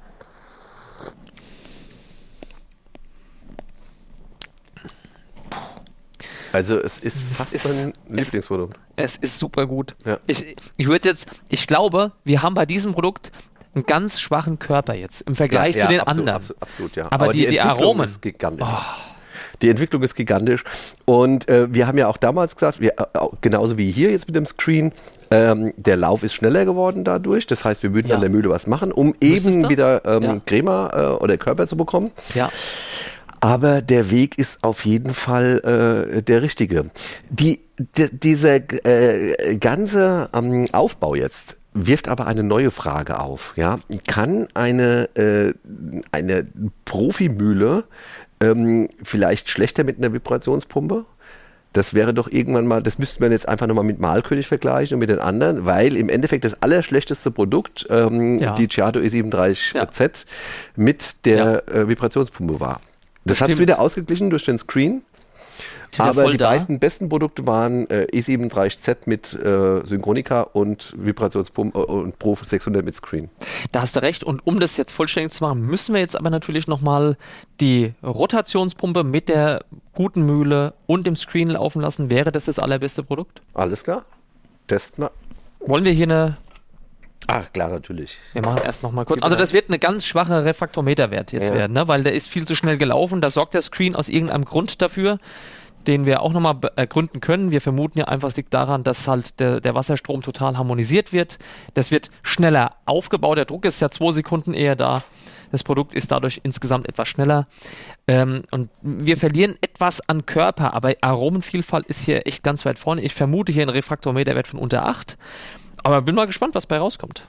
Also es ist fast es ist, mein Lieblingsprodukt. Es, es ist super gut. Ja. Ich, ich würde jetzt, ich glaube, wir haben bei diesem Produkt einen ganz schwachen Körper jetzt im Vergleich ja, zu ja, den absolut, anderen. Absolut, absolut, ja. Aber, Aber die, die, die Aromen ist gigantisch. Oh. Die Entwicklung ist gigantisch. Und äh, wir haben ja auch damals gesagt, wir, äh, genauso wie hier jetzt mit dem Screen, ähm, der Lauf ist schneller geworden dadurch. Das heißt, wir würden ja. an der Mühle was machen, um Müsstest eben du? wieder ähm, ja. Crema äh, oder Körper zu bekommen. Ja. Aber der Weg ist auf jeden Fall äh, der richtige. Die, die, dieser äh, ganze ähm, Aufbau jetzt wirft aber eine neue Frage auf. Ja? Kann eine, äh, eine Profimühle ähm, vielleicht schlechter mit einer Vibrationspumpe? Das wäre doch irgendwann mal, das müsste man jetzt einfach nochmal mit Malkönig vergleichen und mit den anderen, weil im Endeffekt das allerschlechteste Produkt ähm, ja. die Giardo E siebenunddreißig Z ja. mit der ja. äh, Vibrationspumpe war. Das hat es wieder ausgeglichen durch den Screen. Aber die da. meisten besten Produkte waren äh, E siebenunddreißig Z mit äh, Synchronica und Vibrationspumpe äh, und Pro sechshundert mit Screen. Da hast du recht. Und um das jetzt vollständig zu machen, müssen wir jetzt aber natürlich nochmal die Rotationspumpe mit der guten Mühle und dem Screen laufen lassen. Wäre das das allerbeste Produkt? Alles klar. Testen wir. Wollen wir hier eine... Ach, klar, natürlich. Wir machen erst nochmal kurz. Also das wird eine ganz schwache Refraktometerwert jetzt ja. werden, ne? Weil der ist viel zu schnell gelaufen. Da sorgt der Screen aus irgendeinem Grund dafür, den wir auch nochmal ergründen können. Wir vermuten ja einfach, es liegt daran, dass halt der, der Wasserstrom total harmonisiert wird. Das wird schneller aufgebaut. Der Druck ist ja zwei Sekunden eher da. Das Produkt ist dadurch insgesamt etwas schneller. Ähm, und wir verlieren etwas an Körper, aber Aromenvielfalt ist hier echt ganz weit vorne. Ich vermute hier einen Refraktometerwert von unter acht. Aber bin mal gespannt, was bei rauskommt.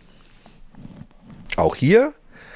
Auch hier,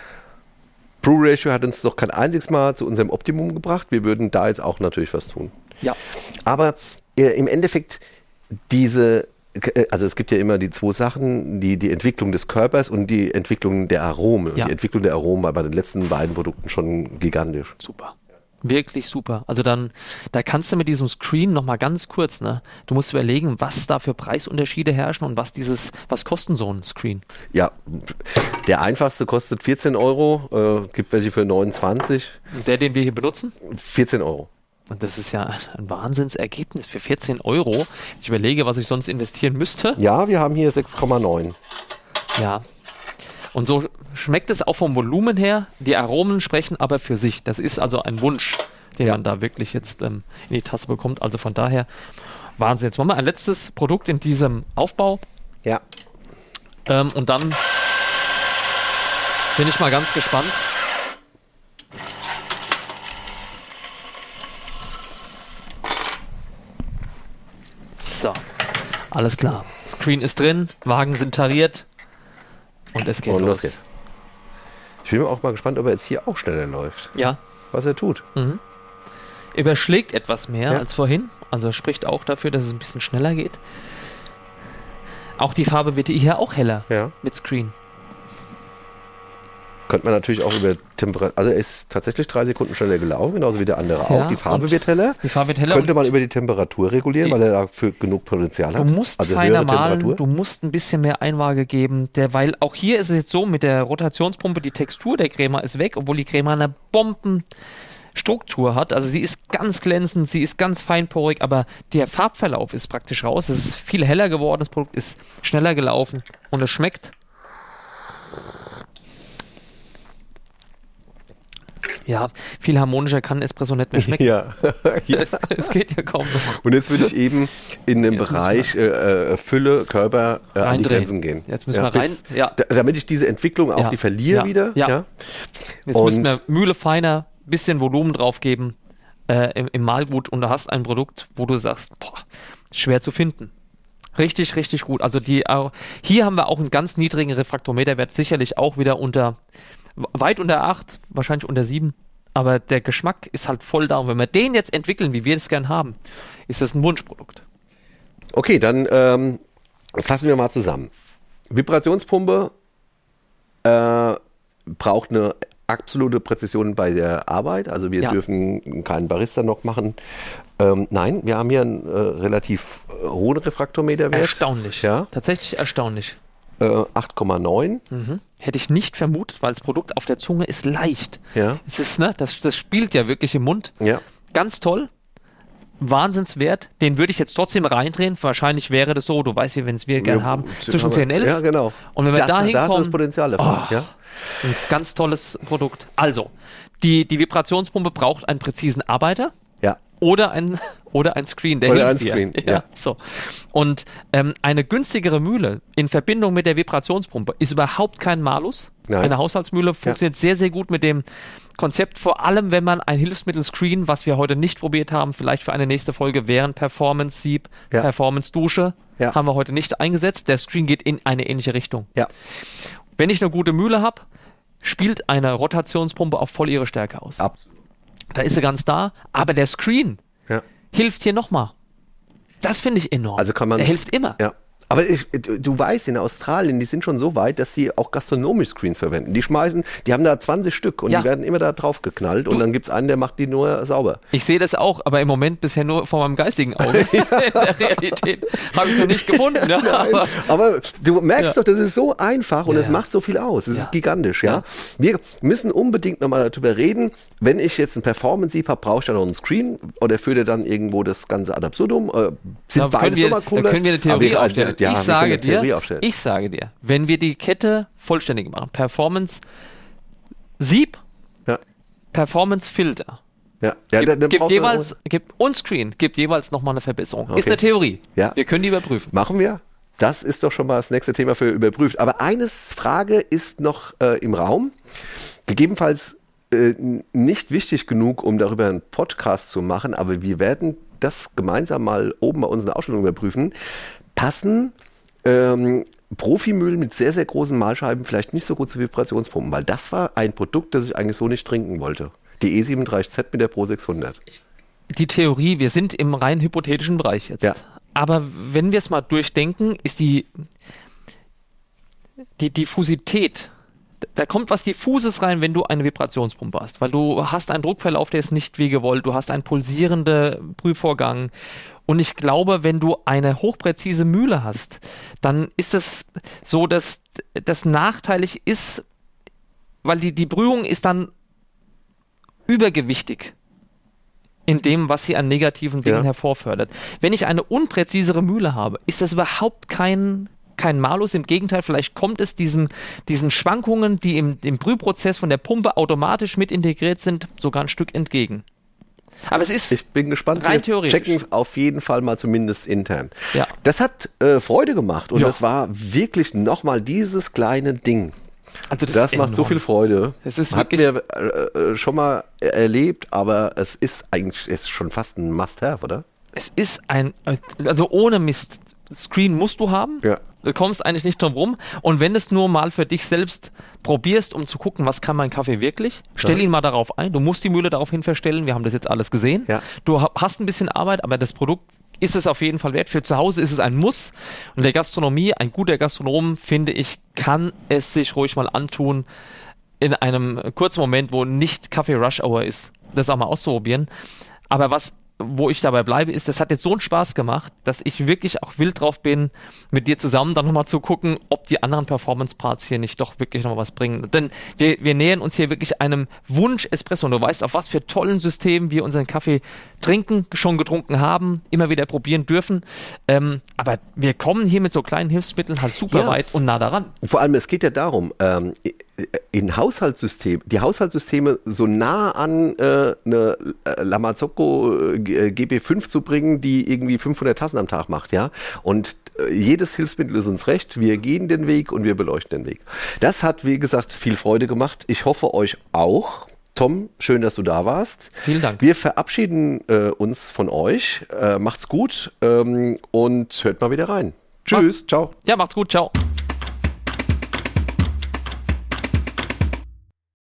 Brew Ratio hat uns noch kein einziges Mal zu unserem Optimum gebracht. Wir würden da jetzt auch natürlich was tun. Ja. Aber äh, im Endeffekt diese, äh, also es gibt ja immer die zwei Sachen, die, die Entwicklung des Körpers und die Entwicklung der Aromen. Ja. Die Entwicklung der Aromen war bei den letzten beiden Produkten schon gigantisch. Super. Wirklich super. Also dann, da kannst du mit diesem Screen nochmal ganz kurz, ne? Du musst überlegen, was da für Preisunterschiede herrschen und was dieses, was kostet so ein Screen? Ja, der einfachste kostet vierzehn Euro, äh, gibt welche für neunundzwanzig. Und der, den wir hier benutzen? vierzehn Euro. Und das ist ja ein Wahnsinnsergebnis für vierzehn Euro. Ich überlege, was ich sonst investieren müsste. Ja, wir haben hier sechs Komma neun. Ja. Und so schmeckt es auch vom Volumen her. Die Aromen sprechen aber für sich. Das ist also ein Wunsch den ja. man da wirklich jetzt ähm, in die Tasse bekommt. Also von daher Wahnsinn. Jetzt machen wir ein letztes Produkt in diesem Aufbau. Ja. Ähm, und dann bin ich mal ganz gespannt. So, alles klar. Screen ist drin, Wagen sind tariert und es geht und los. los geht's. Ich bin auch mal gespannt, ob er jetzt hier auch schneller läuft. Ja. Was er tut. Mhm. Überschlägt etwas mehr ja. als vorhin. Also spricht auch dafür, dass es ein bisschen schneller geht. Auch die Farbe wird hier auch heller ja. mit Screen. Könnte man natürlich auch über Temperatur, also er ist tatsächlich drei Sekunden schneller gelaufen, genauso wie der andere ja, auch. Die Farbe wird heller. Die Farbe wird heller. Könnte man über die Temperatur regulieren, die, weil er dafür genug Potenzial hat. Du musst also feiner malen, du musst ein bisschen mehr Einwaage geben, der, weil auch hier ist es jetzt so, mit der Rotationspumpe, die Textur der Crema ist weg, obwohl die Crema eine Bombenstruktur hat. Also sie ist ganz glänzend, sie ist ganz feinporig, aber der Farbverlauf ist praktisch raus. Es ist viel heller geworden, das Produkt ist schneller gelaufen und es schmeckt. Ja, viel harmonischer kann Espresso nicht mehr schmecken. Ja. ja. Es, es geht ja kaum noch. Und jetzt würde ich eben in den jetzt Bereich äh, Fülle, Körper äh, an die Grenzen gehen. Jetzt müssen ja, wir rein. Bis, ja. Damit ich diese Entwicklung auch ja. die verliere ja. wieder. Ja. Ja. Jetzt und müssen wir Mühle feiner, bisschen Volumen drauf geben äh, im, im Malgut und du hast ein Produkt, wo du sagst, boah, schwer zu finden. Richtig, richtig gut. Also die, äh, hier haben wir auch einen ganz niedrigen Refraktometerwert, sicherlich auch wieder unter weit unter acht, wahrscheinlich unter sieben, aber der Geschmack ist halt voll da. Und wenn wir den jetzt entwickeln, wie wir das gern haben, ist das ein Wunschprodukt. Okay, dann ähm, fassen wir mal zusammen. Vibrationspumpe äh, braucht eine absolute Präzision bei der Arbeit. Also wir ja. dürfen keinen Barista noch machen. Ähm, nein, wir haben hier einen äh, relativ äh, hohen Refraktometerwert. Erstaunlich, ja. Tatsächlich erstaunlich. Äh, acht Komma neun. Mhm. Hätte ich nicht vermutet, weil das Produkt auf der Zunge ist leicht. Ja. Es ist, ne, das, das spielt ja wirklich im Mund. Ja. Ganz toll. Wahnsinnswert. Den würde ich jetzt trotzdem reindrehen. Wahrscheinlich wäre das so, du weißt ja, wenn es wir gern ja, haben, zwischen zehn und elf. Ja, genau. Und wenn wir das, da hinkommen... Da ist das Potenzial davon. Oh, ja. Ein ganz tolles Produkt. Also, die, die Vibrationspumpe braucht einen präzisen Arbeiter. Ja. Oder ein, oder ein Screen, der oder hilft ein Screen, dir. Ja, ja. So. Und ähm, eine günstigere Mühle in Verbindung mit der Vibrationspumpe ist überhaupt kein Malus. Nein. Eine Haushaltsmühle funktioniert ja. sehr, sehr gut mit dem Konzept, vor allem wenn man ein Hilfsmittel-Screen, was wir heute nicht probiert haben, vielleicht für eine nächste Folge wären Performance-Sieb, ja. Performance-Dusche, ja. haben wir heute nicht eingesetzt. Der Screen geht in eine ähnliche Richtung. Ja. Wenn ich eine gute Mühle habe, spielt eine Rotationspumpe auch voll ihre Stärke aus. Absolut. Da ist sie ganz da, aber der Screen ja. hilft hier nochmal. Das finde ich enorm. Also kann man. Der hilft immer. Ja. Aber ich, du, du weißt, in Australien, die sind schon so weit, dass die auch gastronomisch Screens verwenden. Die schmeißen, die haben da zwanzig Stück und ja. die werden immer da drauf geknallt du, und dann gibt es einen, der macht die nur sauber. Ich sehe das auch, aber im Moment bisher nur vor meinem geistigen Auge. In der Realität habe ich es noch nicht gefunden. Ja, Nein, aber, aber du merkst ja. doch, das ist so einfach und es ja. macht so viel aus. Es ja. ist gigantisch. Ja? ja. Wir müssen unbedingt nochmal darüber reden, wenn ich jetzt ein Performance-Sieb habe, brauche ich da noch einen Screen oder führt er dann irgendwo das Ganze ad absurdum? Äh, sind da beides wir, nochmal cooler? Da können wir eine Theorie wir, aufstellen. Ja, ich sage dir, Aufstellen. Ich sage dir, wenn wir die Kette vollständig machen, Performance Sieb, ja. Performance Filter, ja. Ja, gibt, dann, dann gibt jeweils, gibt, und Screen, gibt jeweils nochmal eine Verbesserung. Okay. Ist eine Theorie. Ja. Wir können die überprüfen. Machen wir. Das ist doch schon mal das nächste Thema für überprüft. Aber eine Frage ist noch äh, im Raum. Gegebenenfalls äh, nicht wichtig genug, um darüber einen Podcast zu machen, aber wir werden das gemeinsam mal oben bei uns in der Ausstellung überprüfen. Passen ähm, Profimühlen mit sehr, sehr großen Mahlscheiben vielleicht nicht so gut zu Vibrationspumpen, weil das war ein Produkt, das ich eigentlich so nicht trinken wollte. Die E siebenunddreißig Z mit der Pro sechshundert. Die Theorie, wir sind im rein hypothetischen Bereich jetzt. Ja. Aber wenn wir es mal durchdenken, ist die, die Diffusität, da kommt was Diffuses rein, wenn du eine Vibrationspumpe hast, weil du hast einen Druckverlauf, der ist nicht wie gewollt, du hast einen pulsierenden Prüfvorgang. Und ich glaube, wenn du eine hochpräzise Mühle hast, dann ist es so, dass das nachteilig ist, weil die, die Brühung ist dann übergewichtig in dem, was sie an negativen Dingen ja. hervorfördert. Wenn ich eine unpräzisere Mühle habe, ist das überhaupt kein, kein Malus. Im Gegenteil, vielleicht kommt es diesen, diesen Schwankungen, die im, im Brühprozess von der Pumpe automatisch mit integriert sind, sogar ein Stück entgegen. Aber es ist ich bin gespannt. rein Wir theoretisch. checken es auf jeden Fall mal zumindest intern. Ja. Das hat äh, Freude gemacht und Ja. das war wirklich nochmal dieses kleine Ding. Also das, Das ist macht so enorm. viel Freude. Es ist Hatten wirklich- wir äh, äh, schon mal erlebt, aber es ist eigentlich ist schon fast ein Must-Have, oder? Es ist ein, also ohne Mist, Screen musst du haben. Ja. Du kommst eigentlich nicht drum rum. Und wenn du es nur mal für dich selbst probierst, um zu gucken, was kann mein Kaffee wirklich, stell Ja. ihn mal darauf ein. Du musst die Mühle daraufhin verstellen. Wir haben das jetzt alles gesehen. Ja. Du ha- hast ein bisschen Arbeit, aber das Produkt ist es auf jeden Fall wert. Für zu Hause ist es ein Muss. Und der Gastronomie, ein guter Gastronom, finde ich, kann es sich ruhig mal antun, in einem kurzen Moment, wo nicht Kaffee Rush Hour ist, das auch mal auszuprobieren. Aber was, wo ich dabei bleibe, ist, das hat jetzt so einen Spaß gemacht, dass ich wirklich auch wild drauf bin, mit dir zusammen dann nochmal zu gucken, ob die anderen Performance-Parts hier nicht doch wirklich noch was bringen. Denn wir, wir nähern uns hier wirklich einem Wunsch-Espresso. Und du weißt, auf was für tollen Systemen wir unseren Kaffee trinken, schon getrunken haben, immer wieder probieren dürfen. Ähm, aber wir kommen hier mit so kleinen Hilfsmitteln halt super Ja. weit und nah daran. Vor allem, es geht ja darum, ähm, in Haushaltssystem, die Haushaltssysteme so nah an äh, eine äh, Lamazocco äh, G P fünf zu bringen, die irgendwie fünfhundert Tassen am Tag macht, ja. Und äh, jedes Hilfsmittel ist uns recht. Wir gehen den Weg und wir beleuchten den Weg. Das hat, wie gesagt, viel Freude gemacht. Ich hoffe, euch auch. Tom, schön, dass du da warst. Vielen Dank. Wir verabschieden äh, uns von euch. Äh, macht's gut ähm, und hört mal wieder rein. Tschüss, ciao. Ja, macht's gut, ciao.